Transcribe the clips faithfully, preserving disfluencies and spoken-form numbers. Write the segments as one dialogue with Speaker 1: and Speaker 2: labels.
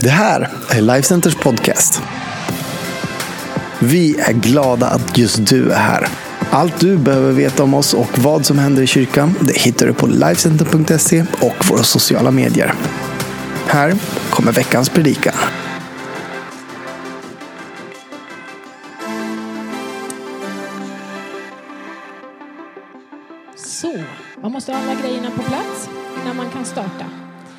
Speaker 1: Det här är Life Centers podcast. Vi är glada att just du är här. Allt du behöver veta om oss och vad som händer i kyrkan, det hittar du på lifecenter punkt se och våra sociala medier. Här kommer veckans predikan.
Speaker 2: Så, man måste ha alla grejerna på plats innan man kan starta.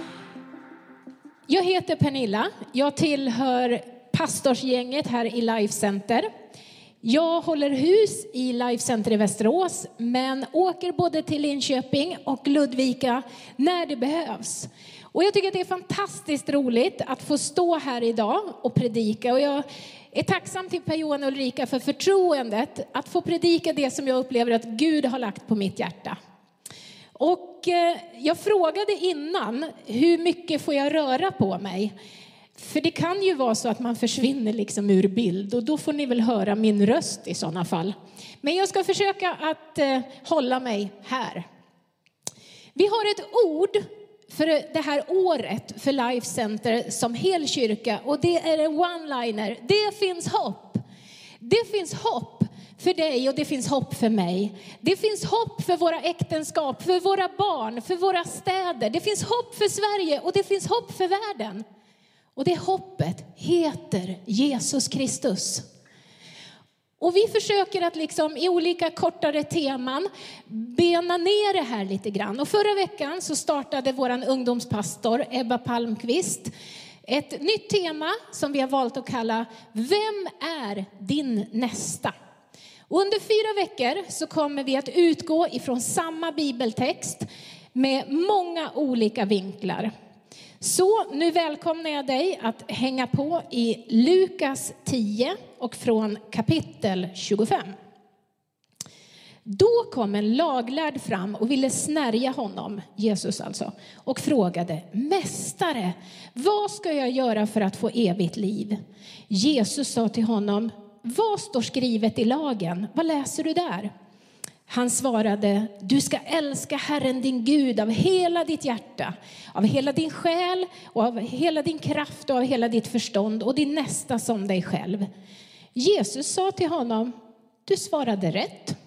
Speaker 2: Jag heter Pernilla. Jag tillhör pastorsgänget här i Life Center. Jag håller hus i Life Center i Västerås, men åker både till Linköping och Ludvika när det behövs. Och jag tycker att det är fantastiskt roligt att få stå här idag och predika. Och jag är tacksam till Per-Johan och Ulrika för förtroendet att få predika det som jag upplever att Gud har lagt på mitt hjärta. Och eh, jag frågade innan, hur mycket får jag röra på mig? För det kan ju vara så att man försvinner liksom ur bild, och då får ni väl höra min röst i sådana fall. Men jag ska försöka att eh, hålla mig här. Vi har ett ord för det här året för Life Center som hel kyrka, och det är en one-liner. Det finns hopp. Det finns hopp för dig och det finns hopp för mig. Det finns hopp för våra äktenskap, för våra barn, för våra städer. Det finns hopp för Sverige och det finns hopp för världen. Och det hoppet heter Jesus Kristus. Och vi försöker att liksom i olika kortare teman bena ner det här lite grann. Och förra veckan så startade våran ungdomspastor Ebba Palmqvist ett nytt tema som vi har valt att kalla Vem är din nästa? Och under fyra veckor så kommer vi att utgå ifrån samma bibeltext med många olika vinklar. Så nu välkomnar jag dig att hänga på i Lukas tio och från kapitel tjugofem. Då kom en laglärd fram och ville snärja honom, Jesus alltså, och frågade: Mästare, vad ska jag göra för att få evigt liv? Jesus sa till honom: Vad står skrivet i lagen? Vad läser du där? Han svarade: Du ska älska Herren din Gud av hela ditt hjärta, av hela din själ och av hela din kraft och av hela ditt förstånd, och din nästa som dig själv. Jesus sa till honom: Du svarade rätt.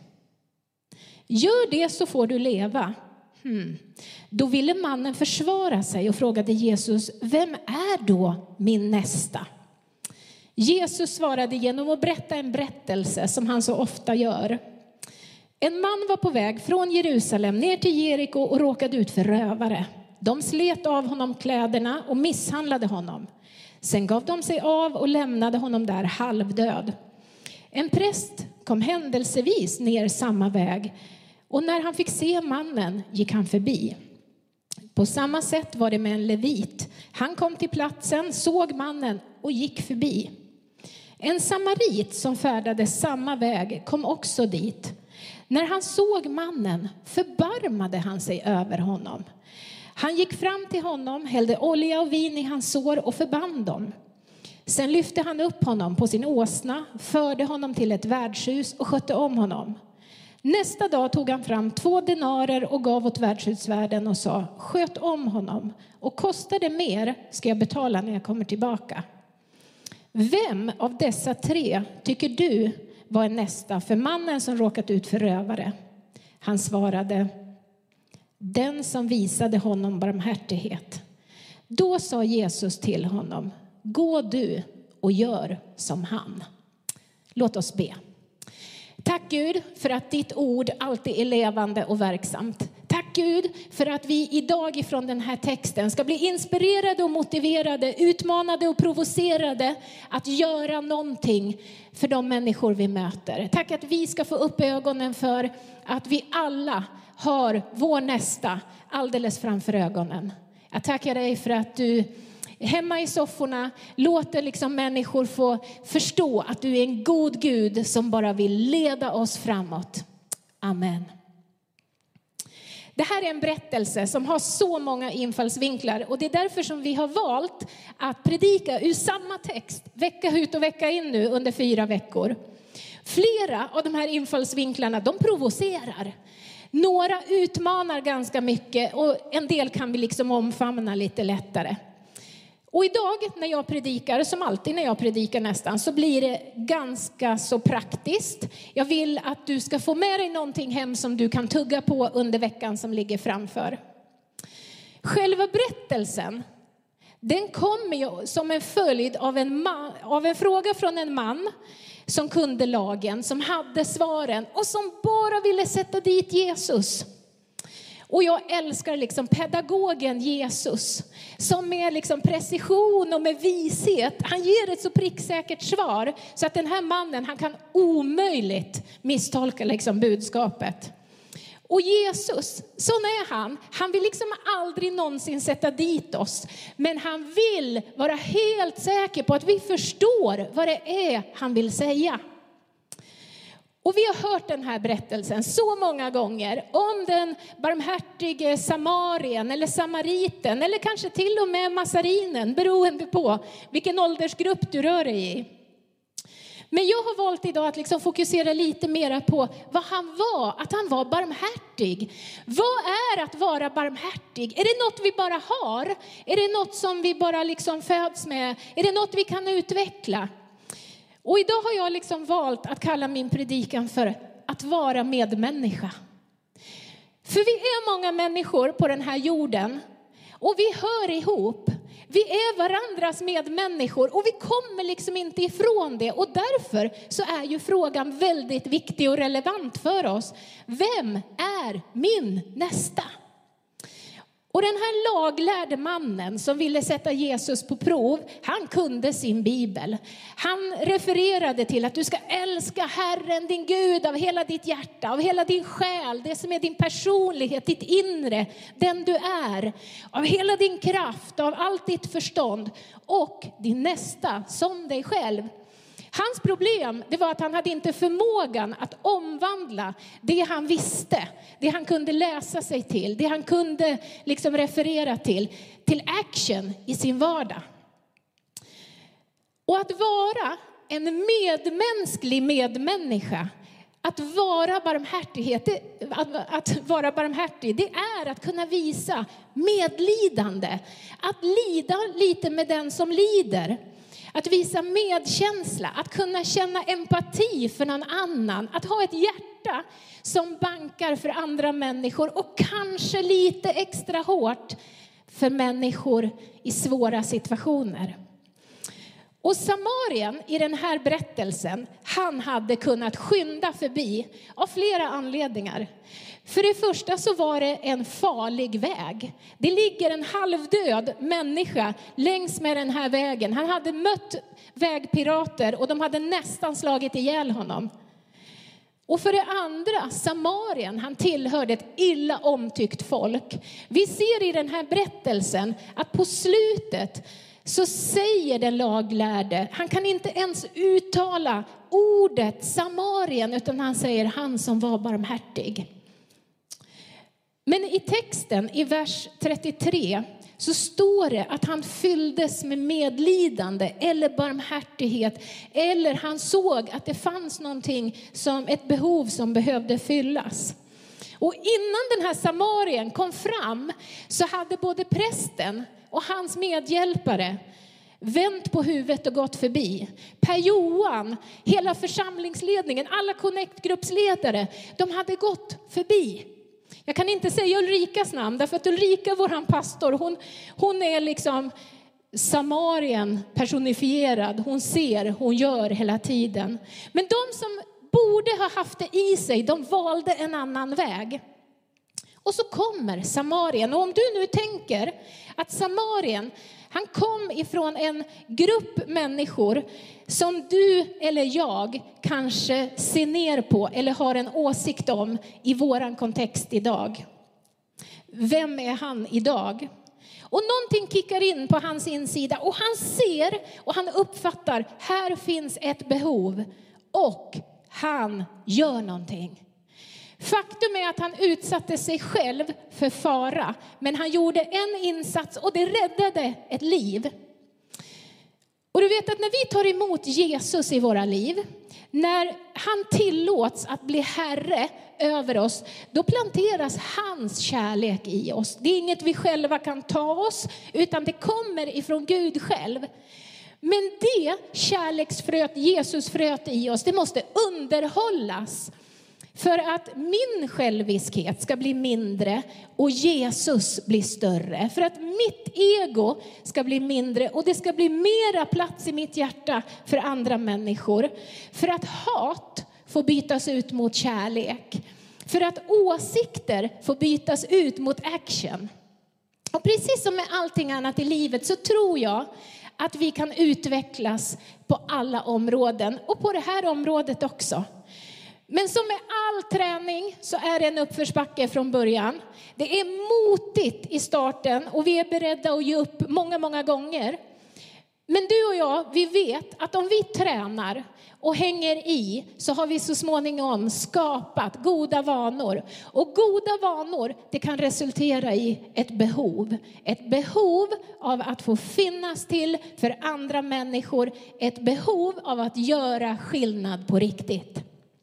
Speaker 2: Gör det så får du leva. Hmm. Då ville mannen försvara sig och frågade Jesus: Vem är då min nästa? Jesus svarade genom att berätta en berättelse som han så ofta gör. En man var på väg från Jerusalem ner till Jeriko och råkade ut för rövare. De slet av honom kläderna och misshandlade honom. Sen gav de sig av och lämnade honom där halvdöd. En präst kom händelsevis ner samma väg, och när han fick se mannen gick han förbi. På samma sätt var det med en levit. Han kom till platsen, såg mannen och gick förbi. En samarit som färdade samma väg kom också dit. När han såg mannen förbarmade han sig över honom. Han gick fram till honom, hällde olja och vin i hans sår och förband dem. Sen lyfte han upp honom på sin åsna, förde honom till ett värdshus och skötte om honom. Nästa dag tog han fram två denarer och gav åt värdshusvärden och sa: Sköt om honom, och kostar det mer ska jag betala när jag kommer tillbaka. Vem av dessa tre tycker du var en nästa för mannen som råkat ut för rövare? Han svarade: Den som visade honom barmhärtighet. Då sa Jesus till honom: Gå du och gör som han. Låt oss be. Tack Gud för att ditt ord alltid är levande och verksamt. Tack Gud för att vi idag ifrån den här texten ska bli inspirerade och motiverade, utmanade och provocerade att göra någonting för de människor vi möter. Tack att vi ska få upp ögonen för att vi alla har vår nästa alldeles framför ögonen. Jag tackar dig för att du hemma i sofforna låter liksom människor få förstå att du är en god Gud som bara vill leda oss framåt. Amen. Det här är en berättelse som har så många infallsvinklar, och det är därför som vi har valt att predika ur samma text vecka ut och vecka in nu under fyra veckor. Flera av de här infallsvinklarna, de provocerar. Några utmanar ganska mycket och en del kan vi liksom omfamna lite lättare. Och idag när jag predikar, som alltid när jag predikar nästan, så blir det ganska så praktiskt. Jag vill att du ska få med dig någonting hem som du kan tugga på under veckan som ligger framför. Själva berättelsen, den kommer ju som en följd av en, man, av en fråga från en man som kunde lagen, som hade svaren och som bara ville sätta dit Jesus. Och jag älskar liksom pedagogen Jesus som med liksom precision och med vishet, han ger ett så pricksäkert svar så att den här mannen, han kan omöjligt misstolka liksom budskapet. Och Jesus, sån är han. Han vill liksom aldrig någonsin sätta dit oss. Men han vill vara helt säker på att vi förstår vad det är han vill säga. Och vi har hört den här berättelsen så många gånger om den barmhärtige samarien eller samariten eller kanske till och med massarinen, beroende på vilken åldersgrupp du rör dig i. Men jag har valt idag att liksom fokusera lite mer på vad han var, att han var barmhärtig. Vad är att vara barmhärtig? Är det något vi bara har? Är det något som vi bara liksom föds med? Är det något vi kan utveckla? Och idag har jag liksom valt att kalla min predikan för att vara medmänniska. För vi är många människor på den här jorden och vi hör ihop. Vi är varandras medmänniskor och vi kommer liksom inte ifrån det. Och därför så är ju frågan väldigt viktig och relevant för oss. Vem är min nästa? Och den här laglärde mannen som ville sätta Jesus på prov, han kunde sin bibel. Han refererade till att du ska älska Herren din Gud av hela ditt hjärta, av hela din själ, det som är din personlighet, ditt inre, den du är, av hela din kraft, av allt ditt förstånd och din nästa som dig själv. Hans problem, det var att han hade inte förmågan att omvandla det han visste, det han kunde läsa sig till, det han kunde liksom referera till, till action i sin vardag. Och att vara en medmänsklig medmänniska, att vara barmhärtighet, att, att vara barmhärtig, det är att kunna visa medlidande, att lida lite med den som lider. Att visa medkänsla, att kunna känna empati för någon annan. Att ha ett hjärta som bankar för andra människor och kanske lite extra hårt för människor i svåra situationer. Och samarien i den här berättelsen, han hade kunnat skynda förbi av flera anledningar. För det första så var det en farlig väg. Det ligger en halvdöd människa längs med den här vägen. Han hade mött vägpirater och de hade nästan slagit ihjäl honom. Och för det andra, samarien, han tillhörde ett illa omtyckt folk. Vi ser i den här berättelsen att på slutet så säger den laglärde, han kan inte ens uttala ordet samarien utan han säger han som var barmhärtig. Men i texten i vers trettiotre så står det att han fylldes med medlidande eller barmhärtighet. Eller han såg att det fanns någonting som ett behov som behövde fyllas. Och innan den här samarien kom fram så hade både prästen och hans medhjälpare vänt på huvudet och gått förbi. Per Johan, hela församlingsledningen, alla Connect-gruppsledare, de hade gått förbi. Jag kan inte säga Ulrikas namn därför att Ulrika, våran pastor, hon, hon är liksom samarien personifierad. Hon ser, hon gör hela tiden. Men de som borde ha haft det i sig, de valde en annan väg. Och så kommer samarien. Och om du nu tänker att samarien, han kom ifrån en grupp människor som du eller jag kanske ser ner på eller har en åsikt om i våran kontext idag. Vem är han idag? Och någonting kickar in på hans insida och han ser och han uppfattar, här finns ett behov och han gör någonting. Faktum är att han utsatte sig själv för fara, men han gjorde en insats och det räddade ett liv. Och du vet att när vi tar emot Jesus i våra liv, när han tillåts att bli herre över oss, då planteras hans kärlek i oss. Det är inget vi själva kan ta oss, utan det kommer ifrån Gud själv. Men det kärleksfröet Jesus fröt i oss, det måste underhållas. För att min själviskhet ska bli mindre och Jesus blir större. För att mitt ego ska bli mindre och det ska bli mera plats i mitt hjärta för andra människor. För att hat får bytas ut mot kärlek. För att åsikter får bytas ut mot action. Och precis som med allting annat i livet så tror jag att vi kan utvecklas på alla områden och på det här området också. Men som med all träning så är det en uppförsbacke från början. Det är motigt i starten och vi är beredda att ge upp många, många gånger. Men du och jag, vi vet att om vi tränar och hänger i så har vi så småningom skapat goda vanor. Och goda vanor, det kan resultera i ett behov. Ett behov av att få finnas till för andra människor. Ett behov av att göra skillnad på riktigt.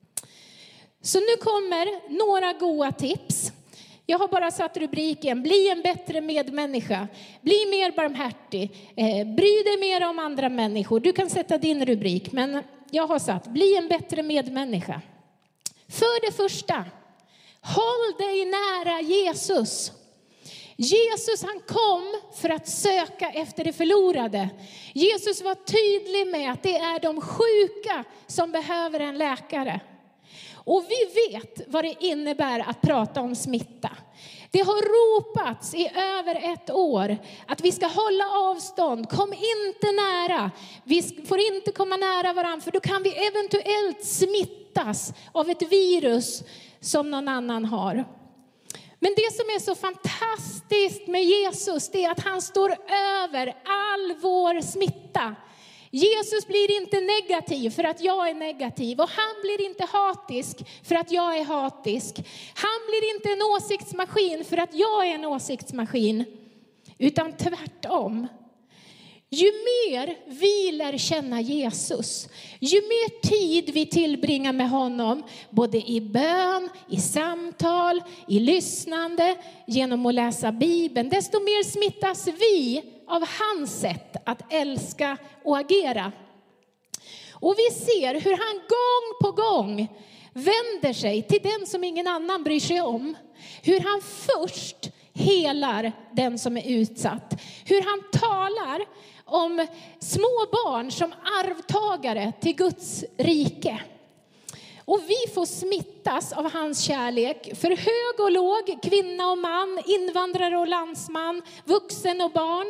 Speaker 2: Så nu kommer några goda tips. Jag har bara satt rubriken: bli en bättre medmänniska. Bli mer barmhärtig. Eh, bry dig mer om andra människor. Du kan sätta din rubrik, men jag har satt: bli en bättre medmänniska. För det första, håll dig nära Jesus. Jesus, han kom för att söka efter det förlorade. Jesus var tydlig med att det är de sjuka som behöver en läkare. Och vi vet vad det innebär att prata om smitta. Det har ropats i över ett år att vi ska hålla avstånd. Kom inte nära. Vi får inte komma nära varandra, för då kan vi eventuellt smittas av ett virus som någon annan har. Men det som är så fantastiskt med Jesus, det är att han står över all vår smitta. Jesus blir inte negativ för att jag är negativ, och han blir inte hatisk för att jag är hatisk. Han blir inte en åsiktsmaskin för att jag är en åsiktsmaskin, utan tvärtom. Ju mer vi lär känna Jesus, ju mer tid vi tillbringar med honom, både i bön, i samtal, i lyssnande, genom att läsa Bibeln, desto mer smittas vi av hans sätt att älska och agera. Och vi ser hur han gång på gång vänder sig till den som ingen annan bryr sig om. Hur han först helar den som är utsatt. Hur han talar om små barn som arvtagare till Guds rike. Och vi får smittas av hans kärlek för hög och låg, kvinna och man, invandrare och landsman, vuxen och barn.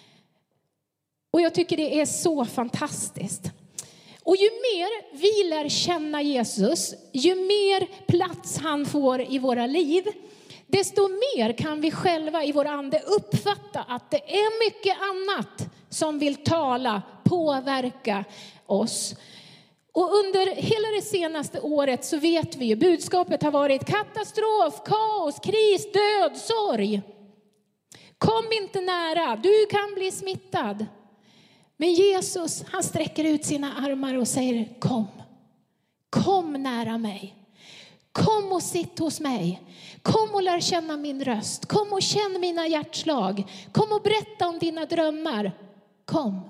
Speaker 2: Och jag tycker det är så fantastiskt. Och ju mer vi lär känna Jesus, ju mer plats han får i våra liv, desto mer kan vi själva i vår ande uppfatta att det är mycket annat som vill tala, påverka oss. Och under hela det senaste året så vet vi ju, budskapet har varit katastrof, kaos, kris, död, sorg. Kom inte nära, du kan bli smittad. Men Jesus, han sträcker ut sina armar och säger: kom, kom nära mig. Kom och sitt hos mig. Kom och lär känna min röst. Kom och känn mina hjärtslag. Kom och berätta om dina drömmar. Kom.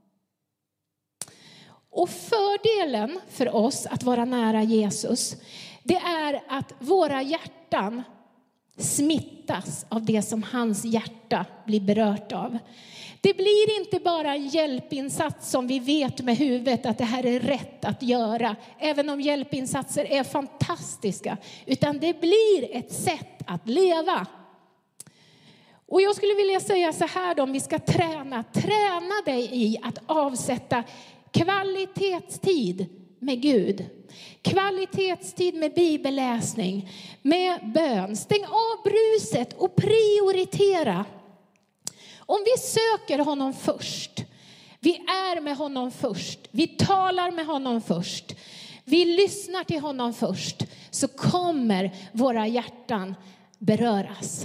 Speaker 2: Och fördelen för oss att vara nära Jesus, det är att våra hjärtan smittas av det som hans hjärta blir berört av. Det blir inte bara en hjälpinsats som vi vet med huvudet att det här är rätt att göra, även om hjälpinsatser är fantastiska, utan det blir ett sätt att leva. Och jag skulle vilja säga så här då, om vi ska träna, träna dig i att avsätta kvalitetstid med Gud. Kvalitetstid med bibelläsning, med bön. Stäng av bruset och prioritera. Om vi söker honom först, vi är med honom först, vi talar med honom först, vi lyssnar till honom först, så kommer våra hjärtan beröras.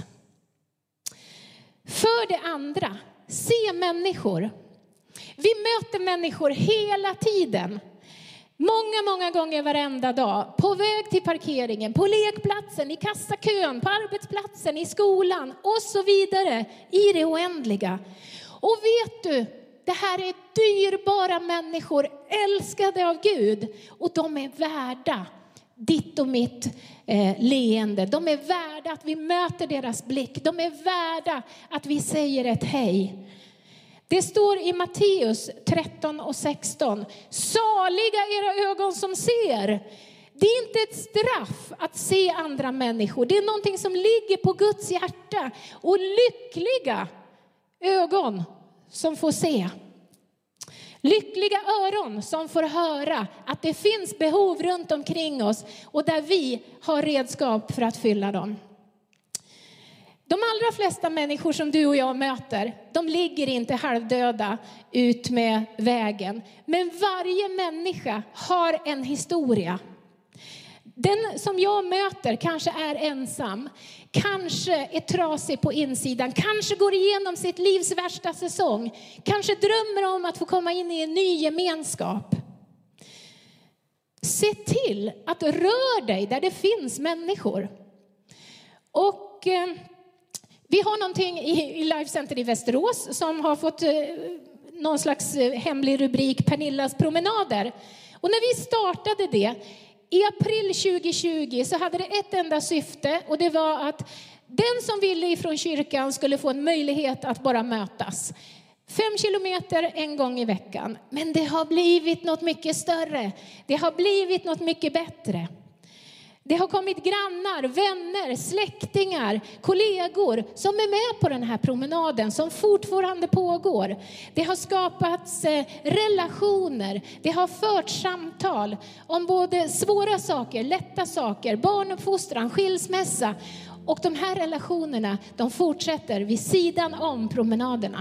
Speaker 2: För det andra, se människor. Vi möter människor hela tiden. Många, många gånger varenda dag. På väg till parkeringen, på lekplatsen, i kassakön, på arbetsplatsen, i skolan och så vidare. I det oändliga. Och vet du, det här är dyrbara människor, älskade av Gud. Och de är värda ditt och mitt eh, leende. De är värda att vi möter deras blick. De är värda att vi säger ett hej. Det står i Matteus tretton och sexton. Saliga era ögon som ser. Det är inte ett straff att se andra människor. Det är någonting som ligger på Guds hjärta. Och lyckliga ögon som får se. Lyckliga öron som får höra att det finns behov runt omkring oss. Och där vi har redskap för att fylla dem. De allra flesta människor som du och jag möter, de ligger inte halvdöda ut med vägen. Men varje människa har en historia. Den som jag möter kanske är ensam, kanske är trasig på insidan, kanske går igenom sitt livs värsta säsong, kanske drömmer om att få komma in i en ny gemenskap. Se till att röra dig där det finns människor. Och eh, vi har någonting i, i Life Center i Västerås som har fått eh, någon slags eh, hemlig rubrik, Pernillas promenader. Och när vi startade det i april tjugo tjugo så hade det ett enda syfte, och det var att den som ville ifrån kyrkan skulle få en möjlighet att bara mötas. Fem kilometer en gång i veckan. Men det har blivit något mycket större. Det har blivit något mycket bättre. Det har kommit grannar, vänner, släktingar, kollegor som är med på den här promenaden som fortfarande pågår. Det har skapats relationer, det har förts samtal om både svåra saker, lätta saker, barnuppfostran, skilsmässa. Och de här relationerna, de fortsätter vid sidan om promenaderna.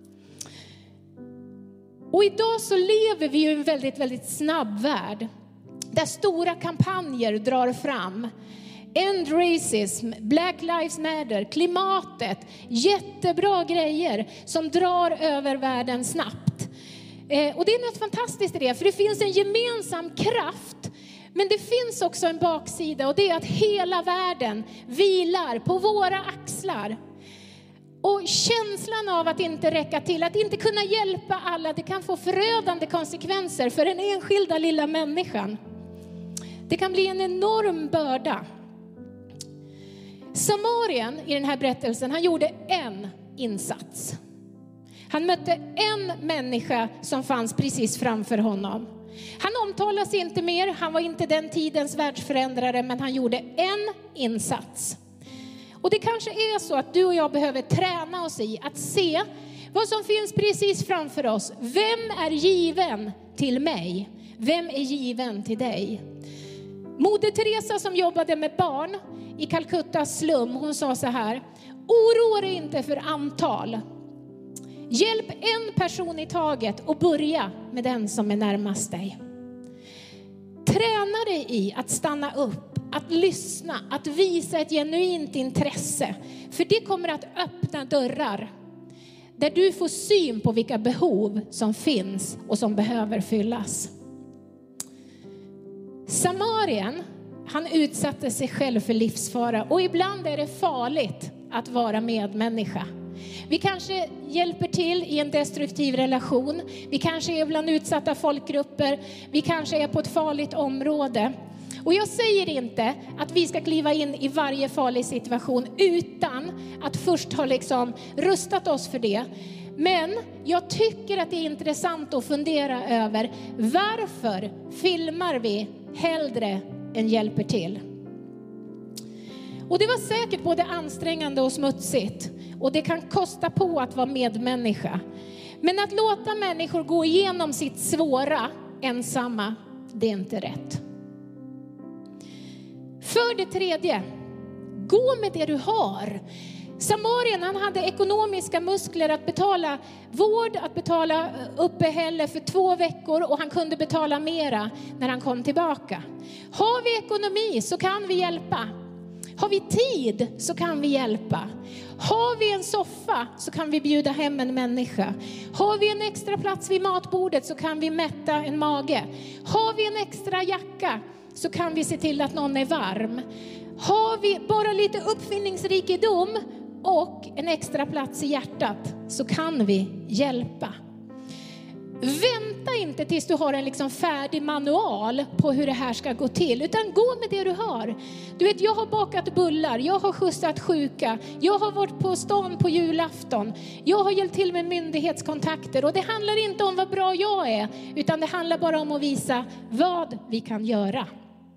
Speaker 2: Och idag så lever vi ju i en väldigt, väldigt snabb värld. Där stora kampanjer drar fram. End racism, Black Lives Matter, klimatet. Jättebra grejer som drar över världen snabbt. Eh, och det är något fantastiskt i det. För det finns en gemensam kraft. Men det finns också en baksida. Och det är att hela världen vilar på våra axlar. Och känslan av att inte räcka till, att inte kunna hjälpa alla, det kan få förödande konsekvenser för den enskilda lilla människan. Det kan bli en enorm börda. Samarien i den här berättelsen, han gjorde en insats. Han mötte en människa som fanns precis framför honom. Han omtalas inte mer, han var inte den tidens världsförändrare, men han gjorde en insats. Och det kanske är så att du och jag behöver träna oss i att se vad som finns precis framför oss. Vem är given till mig? Vem är given till dig? Moder Teresa som jobbade med barn i Calcuttas slum, hon sa så här: oroa dig inte för antal. Hjälp en person i taget och börja med den som är närmast dig. Träna dig i att stanna upp, att lyssna, att visa ett genuint intresse. För det kommer att öppna dörrar där du får syn på vilka behov som finns och som behöver fyllas. Samarien, han utsatte sig själv för livsfara. Och ibland är det farligt att vara medmänniska. Vi kanske hjälper till i en destruktiv relation. Vi kanske är bland utsatta folkgrupper. Vi kanske är på ett farligt område. Och jag säger inte att vi ska kliva in i varje farlig situation utan att först ha liksom rustat oss för det. Men jag tycker att det är intressant att fundera över varför filmar vi hellre än hjälper till. Och det var säkert både ansträngande och smutsigt. Och det kan kosta på att vara medmänniska. Men att låta människor gå igenom sitt svåra ensamma, det är inte rätt. För det tredje, gå med det du har. Samarien, han hade ekonomiska muskler att betala vård, att betala uppehälle för två veckor, och han kunde betala mera när han kom tillbaka. Har vi ekonomi så kan vi hjälpa. Har vi tid så kan vi hjälpa. Har vi en soffa så kan vi bjuda hem en människa. Har vi en extra plats vid matbordet så kan vi mätta en mage. Har vi en extra jacka så kan vi se till att någon är varm. Har vi bara lite uppfinningsrikedom och en extra plats i hjärtat så kan vi hjälpa. Vänta inte tills du har en liksom färdig manual på hur det här ska gå till. Utan gå med det du har. Du vet, jag har bakat bullar. Jag har skjutsat sjuka. Jag har varit på stan på julafton. Jag har hjälpt till med myndighetskontakter. Och det handlar inte om vad bra jag är. Utan det handlar bara om att visa vad vi kan göra.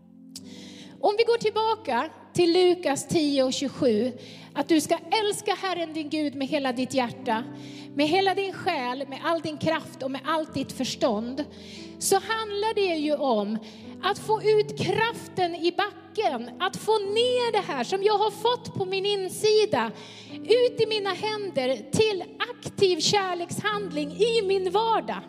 Speaker 2: Om vi går tillbaka till Lukas tio och tjugosju. Att du ska älska Herren din Gud med hela ditt hjärta. Med hela din själ, med all din kraft och med allt ditt förstånd. Så handlar det ju om att få ut kraften i backen. Att få ner det här som jag har fått på min insida. Ut i mina händer till aktiv kärlekshandling i min vardag.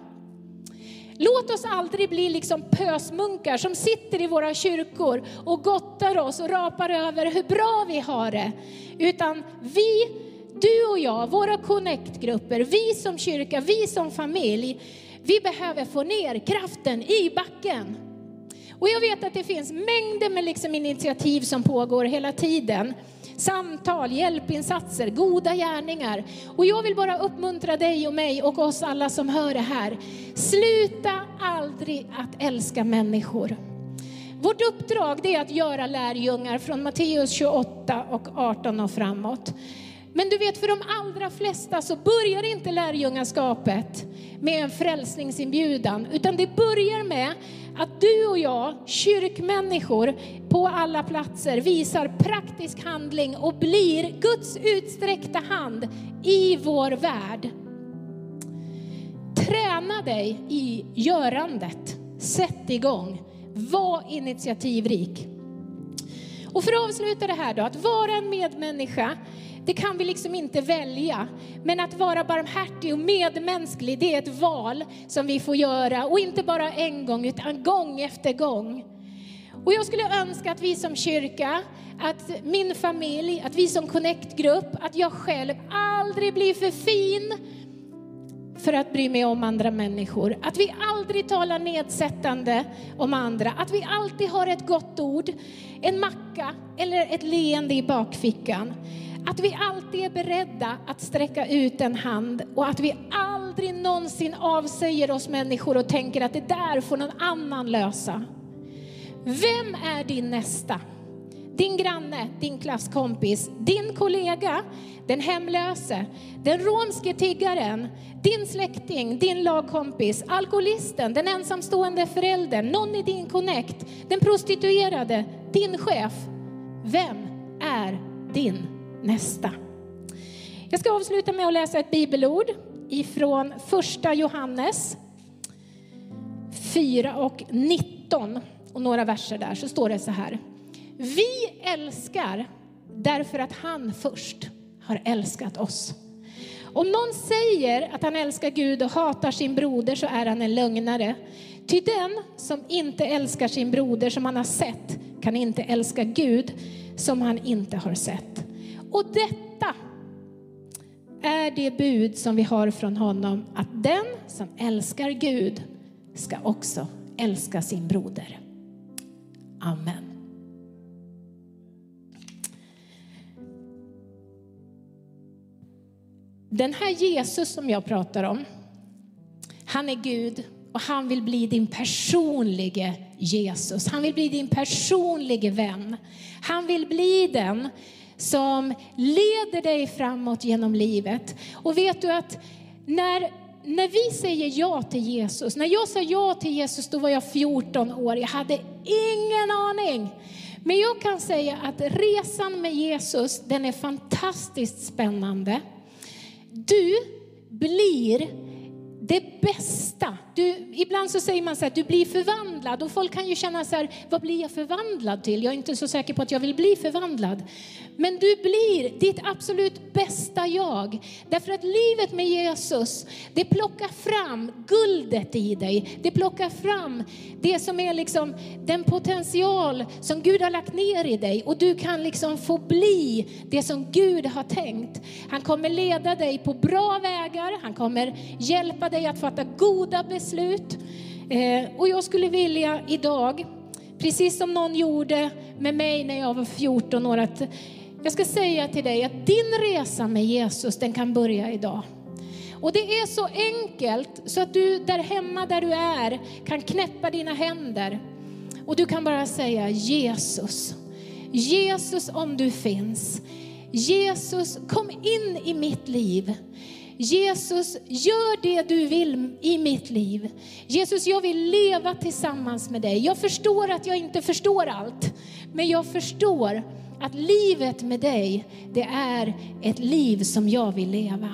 Speaker 2: Låt oss aldrig bli liksom pösmunkar som sitter i våra kyrkor och gottar oss och rapar över hur bra vi har det. Utan vi, du och jag, våra connect-grupper, vi som kyrka, vi som familj, vi behöver få ner kraften i backen. Och jag vet att det finns mängder med liksom initiativ som pågår hela tiden. Samtal, hjälpinsatser, goda gärningar. Och jag vill bara uppmuntra dig och mig och oss alla som hör det här. Sluta aldrig att älska människor. Vårt uppdrag är att göra lärjungar från Matteus tjugoåtta och arton och framåt. Men du vet, för de allra flesta så börjar inte lärjungaskapet med en frälsningsinbjudan. Utan det börjar med att du och jag, kyrkmänniskor på alla platser, visar praktisk handling och blir Guds utsträckta hand i vår värld. Träna dig i görandet. Sätt igång. Var initiativrik. Och för att avsluta det här då, att vara en medmänniska, det kan vi liksom inte välja. Men att vara barmhärtig och medmänsklig, det är ett val som vi får göra. Och inte bara en gång, utan gång efter gång. Och jag skulle önska att vi som kyrka, att min familj, att vi som connect-grupp, att jag själv aldrig blir för fin för att bry mig om andra människor. Att vi aldrig talar nedsättande om andra. Att vi alltid har ett gott ord, en macka eller ett leende i bakfickan. Att vi alltid är beredda att sträcka ut en hand. Och att vi aldrig någonsin avsäger oss människor och tänker att det där får någon annan lösa. Vem är din nästa? Din granne, din klasskompis, din kollega, den hemlöse, den romske tiggaren, din släkting, din lagkompis, alkoholisten, den ensamstående föräldern, någon i din connect, den prostituerade, din chef. Vem är din nästa? Jag ska avsluta med att läsa ett bibelord ifrån första Johannes fyra och nitton och några verser där, så står det så här. Vi älskar därför att han först har älskat oss. Om någon säger att han älskar Gud och hatar sin broder, så är han en lögnare. Ty den som inte älskar sin broder som han har sett kan inte älska Gud som han inte har sett. Och detta är det bud som vi har från honom, att den som älskar Gud ska också älska sin broder. Amen. Den här Jesus som jag pratar om, han är Gud och han vill bli din personliga Jesus. Han vill bli din personliga vän. Han vill bli den som leder dig framåt genom livet. Och vet du att när, när vi säger ja till Jesus, när jag sa ja till Jesus, då var jag fjorton år. Jag hade ingen aning. Men jag kan säga att resan med Jesus, den är fantastiskt spännande. Du blir det bästa. Du, ibland så säger man så här, du blir förvandlad. Och folk kan ju känna så här, vad blir jag förvandlad till? Jag är inte så säker på att jag vill bli förvandlad. Men du blir ditt absolut bästa jag. Därför att livet med Jesus, det plockar fram guldet i dig. Det plockar fram det som är liksom den potential som Gud har lagt ner i dig. Och du kan liksom få bli det som Gud har tänkt. Han kommer leda dig på bra vägar. Han kommer hjälpa dig att fatta goda beslut. Eh, och jag skulle vilja idag, precis som någon gjorde med mig när jag var fjorton år, att jag ska säga till dig att din resa med Jesus, den kan börja idag. Och det är så enkelt så att du där hemma där du är kan knäppa dina händer. Och du kan bara säga Jesus. Jesus, om du finns. Jesus, kom in i mitt liv. Jesus, gör det du vill i mitt liv. Jesus, jag vill leva tillsammans med dig. Jag förstår att jag inte förstår allt. Men jag förstår att livet med dig, det är ett liv som jag vill leva.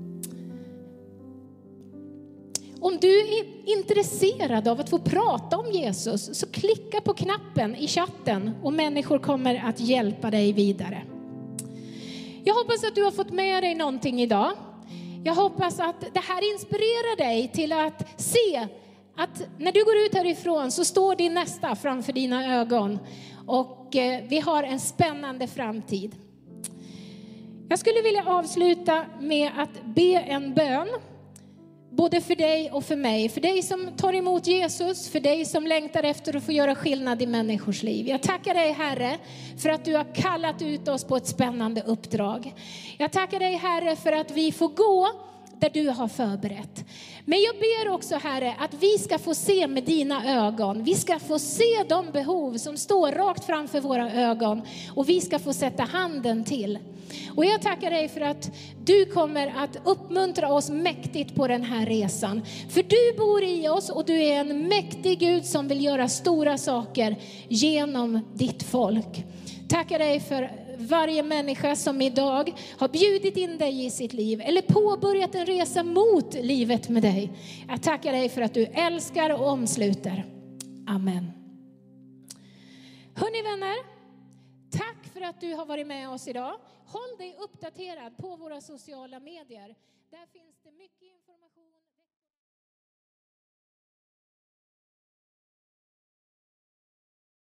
Speaker 2: Om du är intresserad av att få prata om Jesus, så klicka på knappen i chatten och människor kommer att hjälpa dig vidare. Jag hoppas att du har fått med dig någonting idag. Jag hoppas att det här inspirerar dig till att se att när du går ut härifrån så står din nästa framför dina ögon. Och eh, vi har en spännande framtid. Jag skulle vilja avsluta med att be en bön. Både för dig och för mig. För dig som tar emot Jesus. För dig som längtar efter att få göra skillnad i människors liv. Jag tackar dig, Herre, för att du har kallat ut oss på ett spännande uppdrag. Jag tackar dig, Herre, för att vi får gå där du har förberett. Men jag ber också, Herre, att vi ska få se med dina ögon. Vi ska få se de behov som står rakt framför våra ögon. Och vi ska få sätta handen till. Och jag tackar dig för att du kommer att uppmuntra oss mäktigt på den här resan. För du bor i oss och du är en mäktig Gud som vill göra stora saker genom ditt folk. Tackar dig för varje människa som idag har bjudit in dig i sitt liv eller påbörjat en resa mot livet med dig. Jag tackar dig för att du älskar och omsluter. Amen. Hörrni vänner, tack för att du har varit med oss idag. Håll dig uppdaterad på våra sociala medier. Där finns det mycket